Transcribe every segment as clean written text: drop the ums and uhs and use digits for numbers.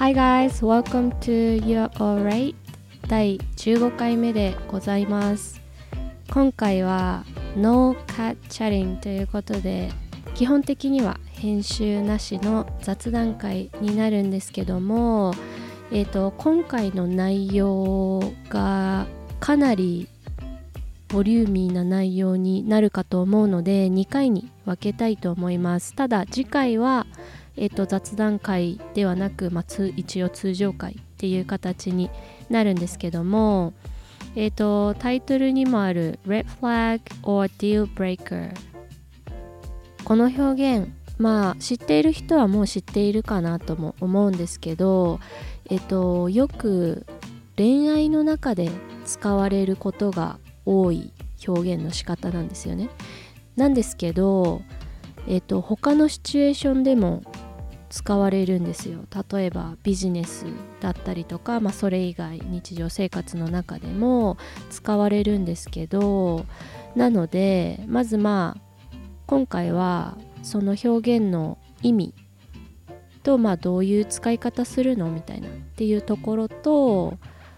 Hi guys, welcome to You're Alright 第15回目でございます。今回は No Cat Chatting ということで、基本的には編集なしの雑談会になるんですけども、今回の内容がかなりボリューミーな内容になるかと思うので2回に分けたいと思います。ただ次回は雑談会ではなく、一応通常会っていう形になるんですけども、タイトルにもある Red Flag or Deal Breaker、 この表現知っている人はもう知っているかなとも思うんですけど、よく恋愛の中で使われることが多い表現の仕方なんですよね。なんですけど、他のシチュエーションでも使われるんですよ。例えばビジネスだったりとか、それ以外日常生活の中でも使われるんですけど、なのでまず今回はその表現の意味と、どういう使い方するのみたいなっていうところと、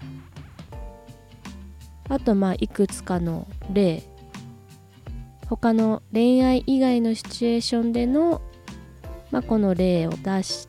あといくつかの例、他の恋愛以外のシチュエーションでのこの例を出して、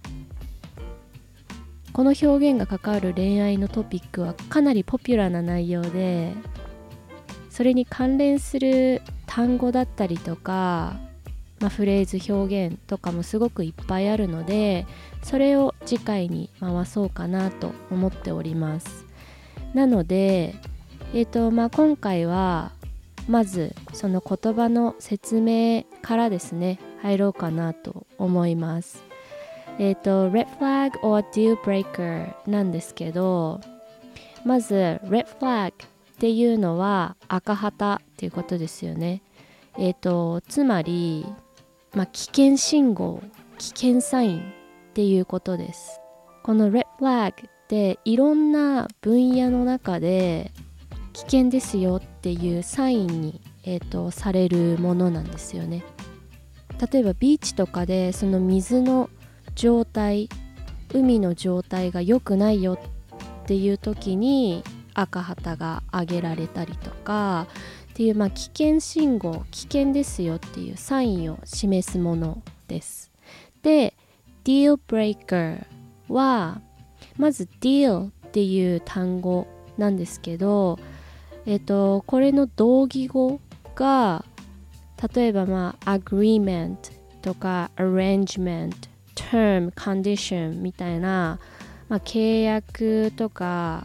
この表現が関わる恋愛のトピックはかなりポピュラーな内容で、それに関連する単語だったりとか、フレーズ表現とかもすごくいっぱいあるので、それを次回に回そうかなと思っております。なので、今回はまずその言葉の説明からですね入ろうかなと思います。Red flag or deal breaker なんですけど、まず Red flag っていうのは赤旗っていうことですよね。つまり、危険信号、危険サインっていうことです。この Red flag っていろんな分野の中で危険ですよっていうサインに、されるものなんですよね。例えばビーチとかでその水の状態、海の状態が良くないよっていう時に赤旗が上げられたりとかっていう、危険信号、危険ですよっていうサインを示すものです。で、Deal Breaker はまず Deal っていう単語なんですけど、これの同義語が例えばagreement とか arrangement、term、condition みたいな、契約とか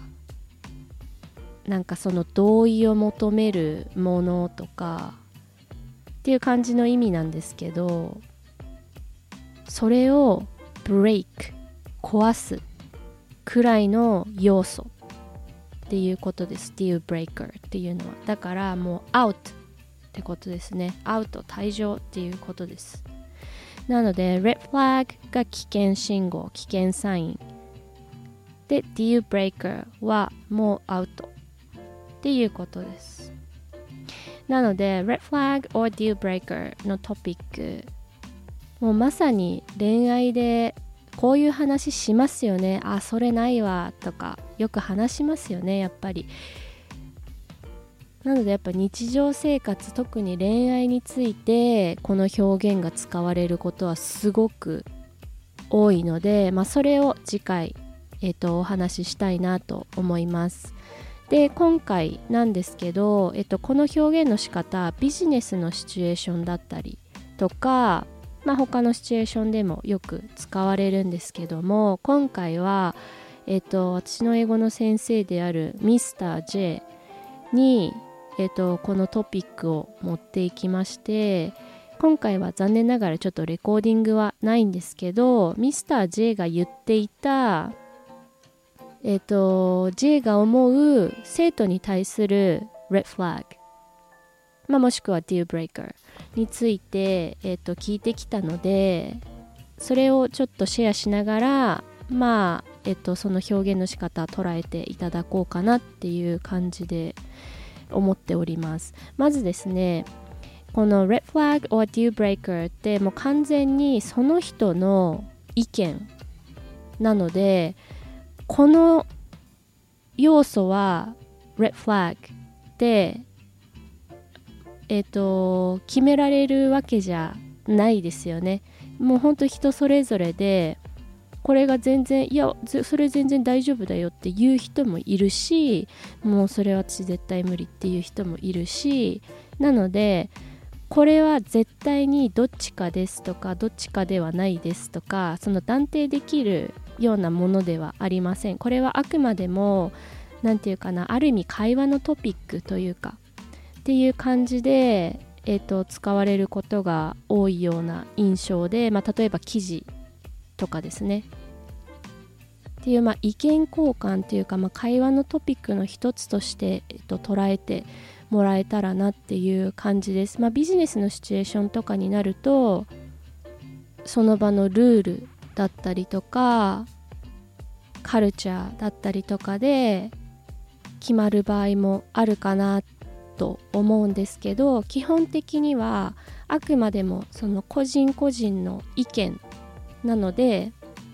その同意を求めるものとかっていう感じの意味なんですけど、それを break、 壊すくらいの要素っていうことです。 deal breaker っていうのはだからもう out ってことですね。アウト、退場っていうことです。なので Red Flag が危険信号、危険サインで、 Deal Breaker はもうアウトっていうことです。なので Red Flag or Deal Breaker のトピック、もうまさに恋愛でこういう話しますよね。それないわとかよく話しますよね、やっぱり。なのでやっぱ日常生活、特に恋愛についてこの表現が使われることはすごく多いので、それを次回、お話ししたいなと思います。で、今回なんですけど、この表現の仕方、ビジネスのシチュエーションだったりとか、他のシチュエーションでもよく使われるんですけども、今回は、私の英語の先生であるミスター J に、このトピックを持っていきまして、今回は残念ながらちょっとレコーディングはないんですけど、ミスター J が言っていた、J が思う生徒に対する Red Flag、もしくは Deal Breaker について、聞いてきたので、それをちょっとシェアしながらその表現の仕方捉えていただこうかなっていう感じで思っております。まずですね、この Red Flag or Deal Breaker ってもう完全にその人の意見なのでこの要素は Red Flag で決められるわけじゃないですよね。もうほんと人それぞれで、これが全然それ全然大丈夫だよっていう人もいるし、もうそれは私絶対無理っていう人もいるし、なのでこれは絶対にどっちかですとかどっちかではないですとか、その断定できるようなものではありません。これはあくまでもなんていうかな、ある意味会話のトピックというかっていう感じで、使われることが多いような印象で、例えば記事とかですねっていう、意見交換というか、会話のトピックの一つとして、捉えてもらえたらなっていう感じです。ビジネスのシチュエーションとかになるとその場のルールだったりとかカルチャーだったりとかで決まる場合もあるかなと思うんですけど、基本的にはあくまでもその個人個人の意見なので、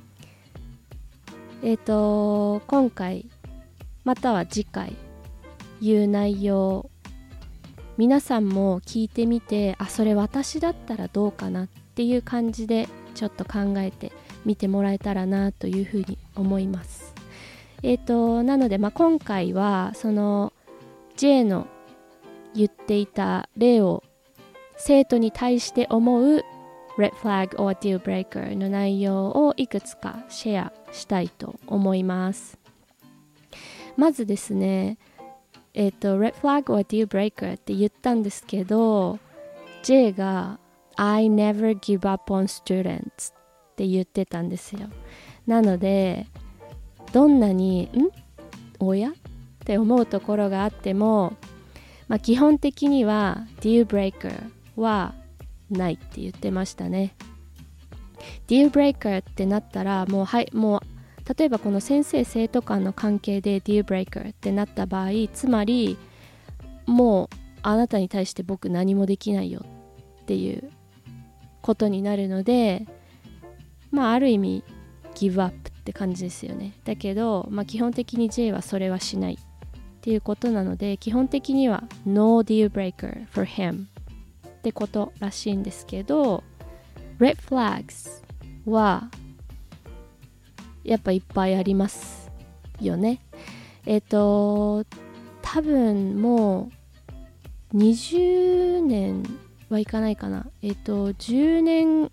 今回または次回言う内容、皆さんも聞いてみて、それ私だったらどうかなっていう感じでちょっと考えてみてもらえたらなというふうに思います。なので、今回はその J の言っていた例を生徒に対して思う Red Flag or Deal Breaker の内容をいくつかシェアしたいと思います。まずですね、Red Flag or Deal Breaker って言ったんですけど、 J が I never give up on students って言ってたんですよ。なのでどんなにおやって思うところがあっても、基本的には Deal Breaker はないって言ってましたね。 Deal Breaker ってなったらもう例えばこの先生生徒間の関係で Deal Breaker ってなった場合、つまりもうあなたに対して僕何もできないよっていうことになるので、ある意味ギブアップって感じですよね。だけど、基本的に J はそれはしないっていうことなので、基本的には No deal breaker for him ってことらしいんですけど、 Red flags はやっぱいっぱいありますよね。多分もう20年はいかないかな、10年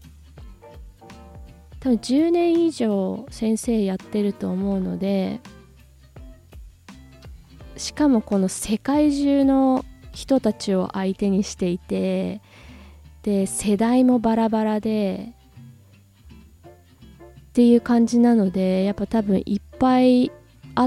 多分10年以上先生やってると思うので、しかもこの世界中の人たちを相手にしていて、で世代もバラバラでっていう感じなので、やっぱ多分いっぱいあって、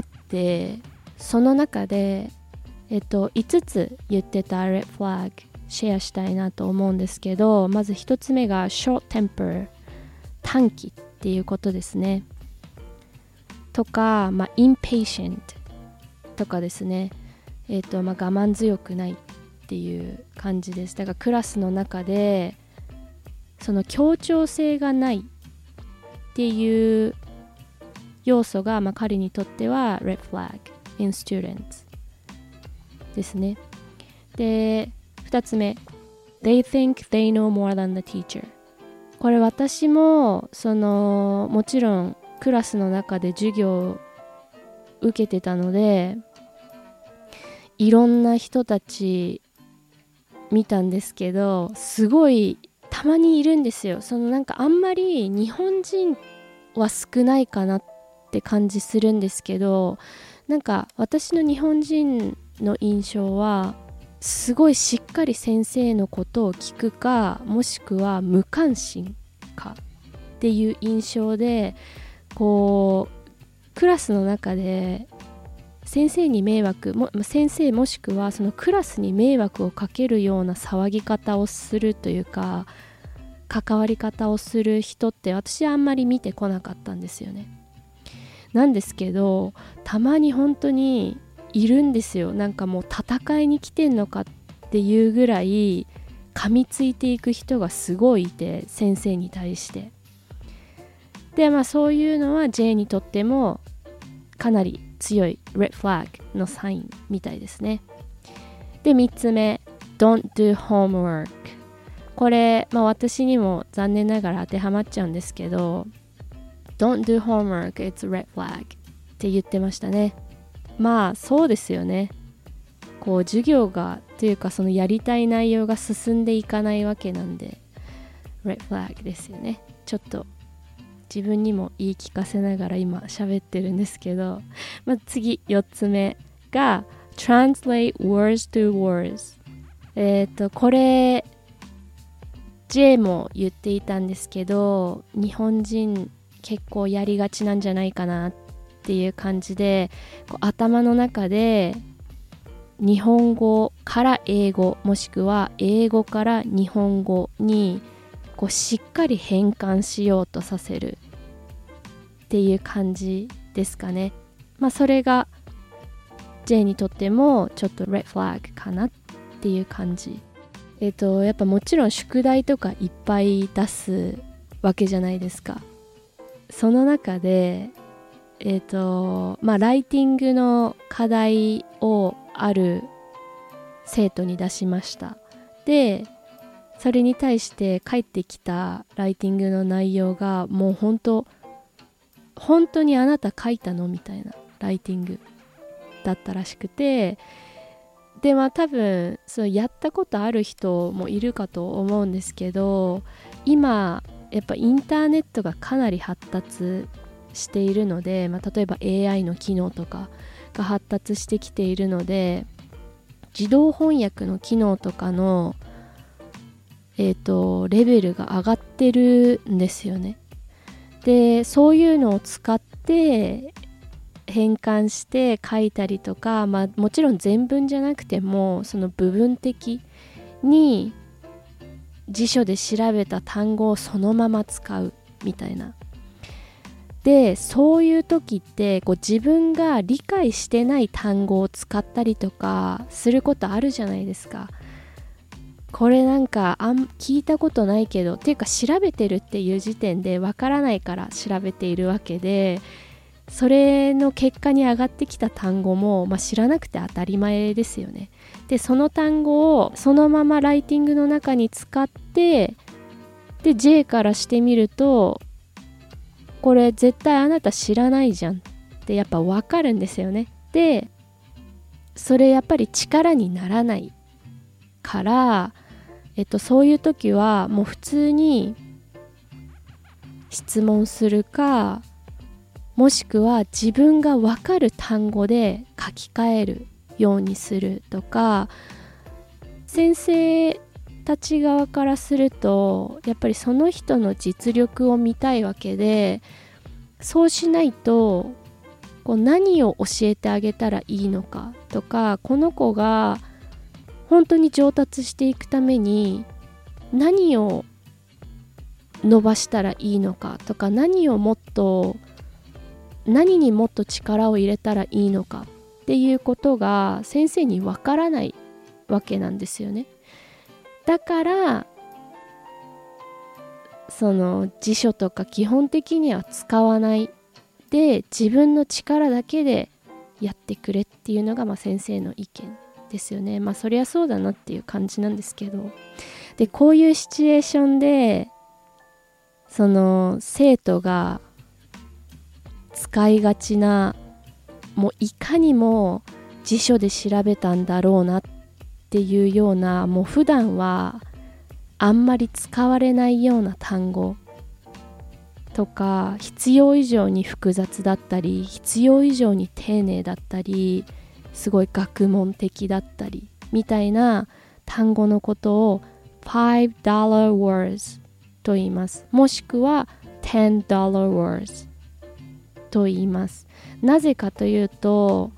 その中で5つ言ってた Red Flag シェアしたいなと思うんですけど、まず1つ目が Short Temper、 短気っていうことですね。とか、Impatient とかですね。我慢強くないっていう感じです。だからクラスの中でその協調性がないっていう要素が、彼にとっては Red Flag in students ですね。で、2つ目 They think they know more than the teacher。 これ私ももちろんクラスの中で授業を受けてたので、いろんな人たち見たんですけど、すごいたまにいるんですよ。あんまり日本人は少ないかなって感じするんですけど、私の日本人の印象はすごいしっかり先生のことを聞くか、もしくは無関心かっていう印象で、クラスの中で先生に先生もしくはそのクラスに迷惑をかけるような騒ぎ方をするというか関わり方をする人って私はあんまり見てこなかったんですよね。なんですけどたまに本当にいるんですよ。もう戦いに来てんのかっていうぐらい噛みついていく人がすごいいて、先生に対して。 でそういうのは J にとってもかなり強い Red Flag のサインみたいですね。で3つ目 Don't do homework。 これ、私にも残念ながら当てはまっちゃうんですけど、 Don't do homework, it's red flag って言ってましたね。そうですよね。こう授業がというかそのやりたい内容が進んでいかないわけなんで Red flag ですよね。ちょっと自分にも言い聞かせながら今喋ってるんですけど、次4つ目が Translate words to words。これ J も言っていたんですけど、日本人結構やりがちなんじゃないかなっていう感じで、こう頭の中で日本語から英語もしくは英語から日本語にこうしっかり変換しようとさせるっていう感じですかね。それが J にとってもちょっと Red Flag かなっていう感じ。やっぱもちろん宿題とかいっぱい出すわけじゃないですか。その中でライティングの課題をある生徒に出しました。でそれに対して返ってきたライティングの内容がもう本当にあなた書いたのみたいなライティングだったらしくて、で多分そうやったことある人もいるかと思うんですけど、今やっぱインターネットがかなり発達しているので、例えば AI の機能とかが発達してきているので、自動翻訳の機能とかのレベルが上がってるんですよね。でそういうのを使って変換して書いたりとか、もちろん全文じゃなくてもその部分的に辞書で調べた単語をそのまま使うみたいな。でそういう時ってこう自分が理解してない単語を使ったりとかすることあるじゃないですか。これ聞いたことないけどっていうか調べてるっていう時点でわからないから調べているわけで、それの結果に上がってきた単語も、知らなくて当たり前ですよね。でその単語をそのままライティングの中に使って、で J からしてみるとこれ絶対あなた知らないじゃんってやっぱ分かるんですよね。でそれやっぱり力にならないから、そういう時はもう普通に質問するか、もしくは自分が分かる単語で書き換えるようにするとか、先生たち側からするとやっぱりその人の実力を見たいわけで、そうしないとこう何を教えてあげたらいいのかとか、この子が本当に上達していくために何を伸ばしたらいいのかとか、何にもっと力を入れたらいいのかっていうことが先生にわからないわけなんですよね。だからその辞書とか基本的には使わないで自分の力だけでやってくれっていうのが先生の意見ですよね。そりゃそうだなっていう感じなんですけど、でこういうシチュエーションでその生徒が使いがちな、もういかにも辞書で調べたんだろうなっていうような、もう普段はあんまり使われないような単語とか、必要以上に複雑だったり必要以上に丁寧だったりすごい学問的だったりみたいな単語のことを$5 words と言います。もしくは$10 words と言います。なぜかというと、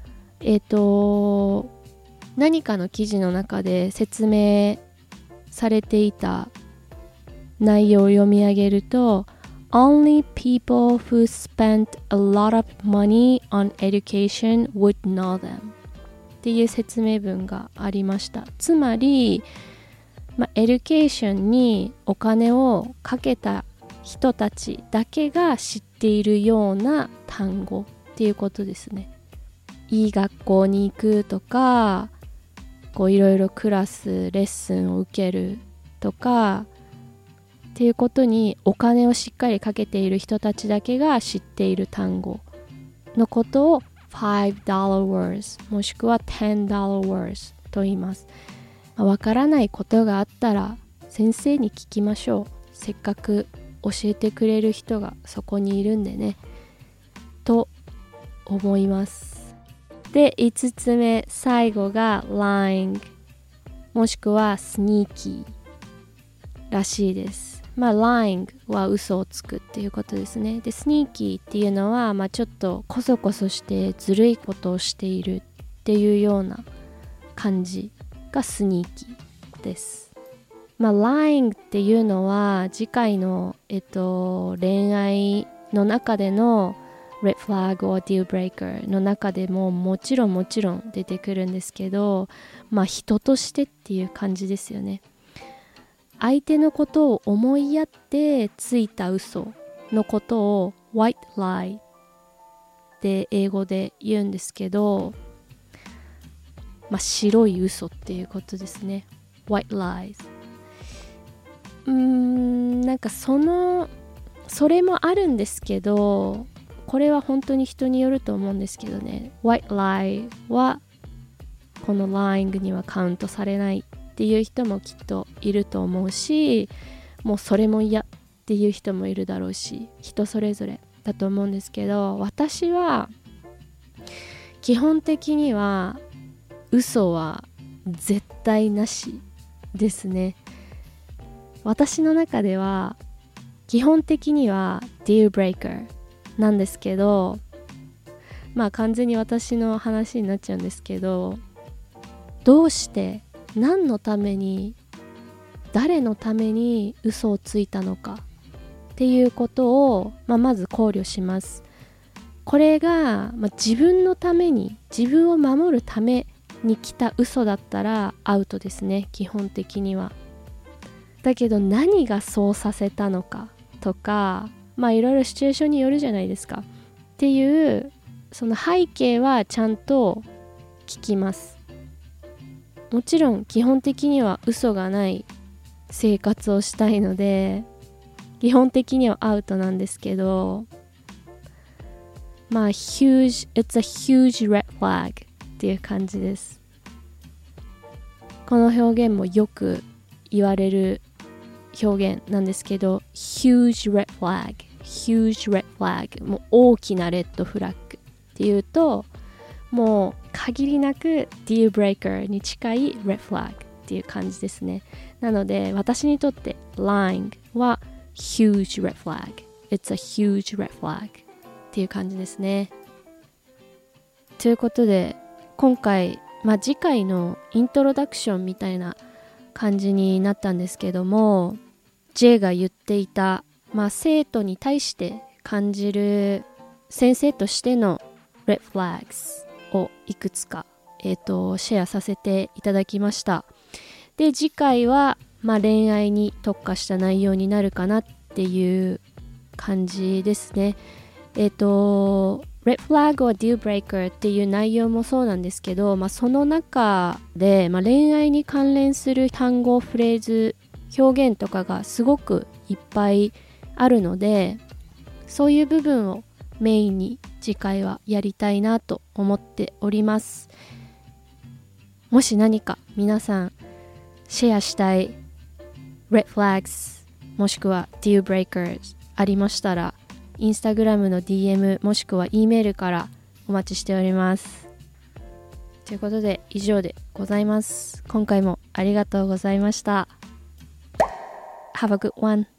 何かの記事の中で説明されていた内容を読み上げると、Only people who spent a lot of money on education would know them っていう説明文がありました。つまり、エデュケーションにお金をかけた人たちだけが知っているような単語っていうことですね。いい学校に行くとか、こういろいろクラスレッスンを受けるとかっていうことにお金をしっかりかけている人たちだけが知っている単語のことを$5 words もしくは$10 words と言います。わからないことがあったら先生に聞きましょう。せっかく教えてくれる人がそこにいるんでねと思います。で、5つ目、最後が lying もしくは sneaky らしいです。lying は嘘をつくっていうことですね。で、sneaky っていうのは、ちょっとこそこそしてずるいことをしているっていうような感じが sneaky です。lying っていうのは次回の、恋愛の中での red flag or deal breaker の中でももちろん出てくるんですけど、人としてっていう感じですよね。相手のことを思いやってついた嘘のことを white lie って英語で言うんですけど、白い嘘っていうことですね。white lies。なんかそれもあるんですけど、これは本当に人によると思うんですけどね、white lie はこの lying にはカウントされないっていう人もきっといると思うし、もうそれも嫌っていう人もいるだろうし、人それぞれだと思うんですけど、私は基本的には嘘は絶対なしですね。私の中では基本的には deal breaker なんですけど、完全に私の話になっちゃうんですけど、どうして何のために誰のために嘘をついたのかっていうことを、まず考慮します。これが、自分のために自分を守るために来た嘘だったらアウトですね、基本的には。だけど何がそうさせたのかとか、いろいろシチュエーションによるじゃないですかっていうその背景はちゃんと聞きます。もちろん基本的には嘘がない生活をしたいので基本的にはアウトなんですけど、it's a huge red flag っていう感じです。この表現もよく言われる表現なんですけど、huge red flag もう大きなレッドフラッグっていうと、もう限りなく deal breaker に近い red flag っていう感じですね。なので私にとって lying は huge red flag it's a huge red flag っていう感じですね。ということで今回、次回のイントロダクションみたいな感じになったんですけども、 J が言っていた、生徒に対して感じる先生としての Red Flags をいくつか、シェアさせていただきました。で、次回は、恋愛に特化した内容になるかなっていう感じですね。Red Flag or Deal Breaker っていう内容もそうなんですけど、その中で、恋愛に関連する単語、フレーズ、表現とかがすごくいっぱいあるので、そういう部分をメインに次回はやりたいなと思っております。もし何か皆さんシェアしたい Red Flags もしくは Deal Breakers ありましたら、インスタグラムの DM もしくは E メールからお待ちしております。ということで以上でございます。今回もありがとうございました。Have a good one.